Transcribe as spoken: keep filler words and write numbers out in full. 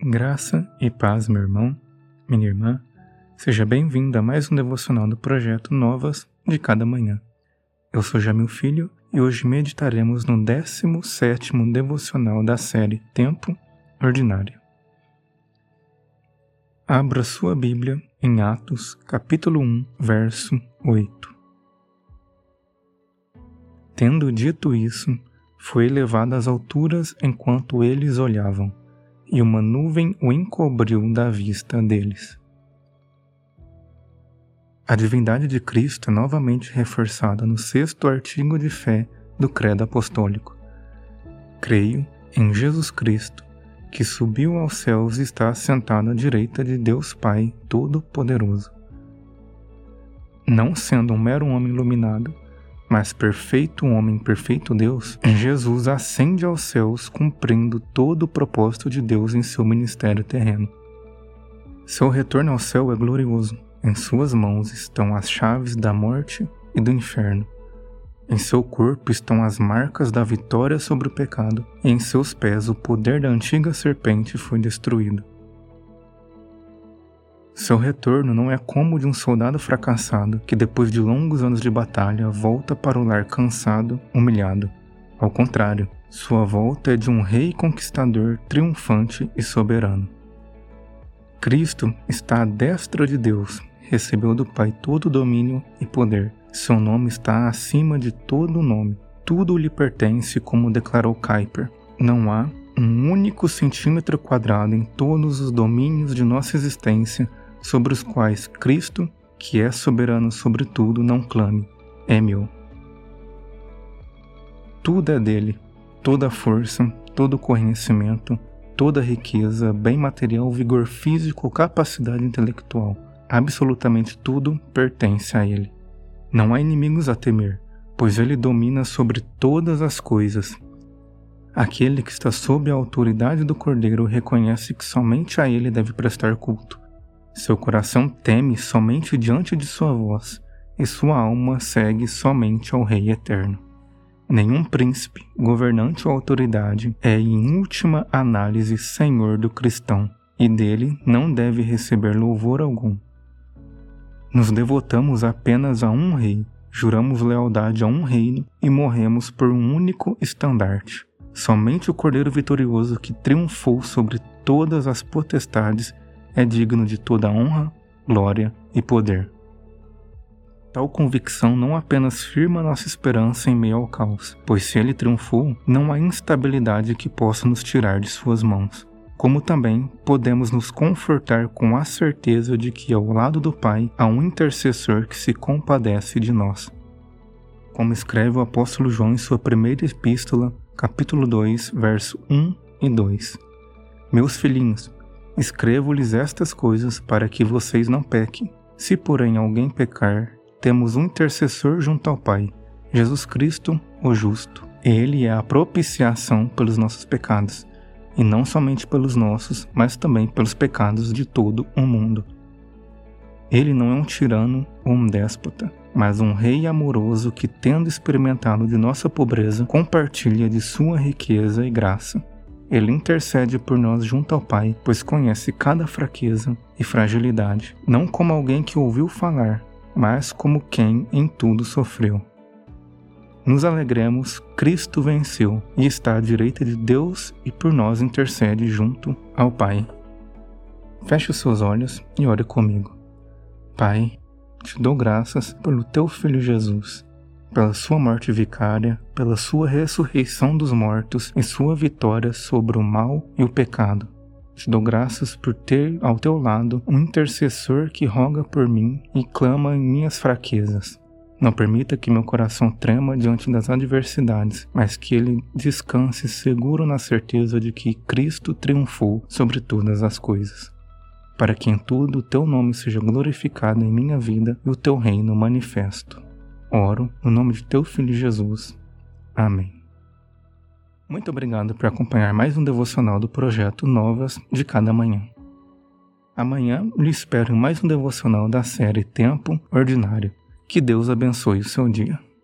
Graça e paz, meu irmão, minha irmã. Seja bem-vindo a mais um devocional do projeto Novas de Cada Manhã. Eu sou Jamil Filho e hoje meditaremos no décimo sétimo devocional da série Tempo Ordinário. Abra sua Bíblia em Atos, capítulo um, verso oito. Tendo dito isso, foi elevado às alturas enquanto eles olhavam, e uma nuvem o encobriu da vista deles. A divindade de Cristo é novamente reforçada no sexto artigo de fé do Credo Apostólico. Creio em Jesus Cristo, que subiu aos céus e está assentado à direita de Deus Pai Todo-Poderoso. Não sendo um mero homem iluminado, mas perfeito homem, perfeito Deus, Jesus ascende aos céus cumprindo todo o propósito de Deus em seu ministério terreno. Seu retorno ao céu é glorioso. Em suas mãos estão as chaves da morte e do inferno. Em seu corpo estão as marcas da vitória sobre o pecado, e em seus pés o poder da antiga serpente foi destruído. Seu retorno não é como o de um soldado fracassado que depois de longos anos de batalha volta para o lar cansado, humilhado. Ao contrário, sua volta é de um rei conquistador, triunfante e soberano. Cristo está à destra de Deus, recebeu do Pai todo o domínio e poder. Seu nome está acima de todo nome. Tudo lhe pertence, como declarou Kuyper. Não há um único centímetro quadrado em todos os domínios de nossa existência sobre os quais Cristo, que é soberano sobre tudo, não clame: é meu. Tudo é dele, toda a força, todo o conhecimento, toda a riqueza, bem material, vigor físico, capacidade intelectual, absolutamente tudo pertence a ele. Não há inimigos a temer, pois ele domina sobre todas as coisas. Aquele que está sob a autoridade do Cordeiro reconhece que somente a ele deve prestar culto. Seu coração teme somente diante de sua voz, e sua alma segue somente ao Rei Eterno. Nenhum príncipe, governante ou autoridade é, em última análise, senhor do cristão, e dele não deve receber louvor algum. Nos devotamos apenas a um rei, juramos lealdade a um reino e morremos por um único estandarte. Somente o Cordeiro vitorioso que triunfou sobre todas as potestades é digno de toda honra, glória e poder. Tal convicção não apenas firma nossa esperança em meio ao caos, pois se ele triunfou, não há instabilidade que possa nos tirar de suas mãos. Como também podemos nos confortar com a certeza de que ao lado do Pai há um intercessor que se compadece de nós. Como escreve o apóstolo João em sua primeira epístola, capítulo dois, verso um e dois. Meus filhinhos, escrevo-lhes estas coisas para que vocês não pequem. Se porém alguém pecar, temos um intercessor junto ao Pai, Jesus Cristo, o justo. Ele é a propiciação pelos nossos pecados, e não somente pelos nossos, mas também pelos pecados de todo o mundo. Ele não é um tirano ou um déspota, mas um rei amoroso que, tendo experimentado de nossa pobreza, compartilha de sua riqueza e graça. Ele intercede por nós junto ao Pai, pois conhece cada fraqueza e fragilidade, não como alguém que ouviu falar, mas como quem em tudo sofreu. Nos alegremos, Cristo venceu e está à direita de Deus e por nós intercede junto ao Pai. Feche os seus olhos e ore comigo. Pai, te dou graças pelo teu Filho Jesus, pela sua morte vicária, pela sua ressurreição dos mortos e sua vitória sobre o mal e o pecado. Te dou graças por ter ao teu lado um intercessor que roga por mim e clama em minhas fraquezas. Não permita que meu coração trema diante das adversidades, mas que ele descanse seguro na certeza de que Cristo triunfou sobre todas as coisas. Para que em tudo o teu nome seja glorificado em minha vida e o teu reino manifesto. Oro no nome de teu Filho Jesus. Amém. Muito obrigado por acompanhar mais um devocional do projeto Novas de Cada Manhã. Amanhã lhe espero em mais um devocional da série Tempo Ordinário. Que Deus abençoe o seu dia.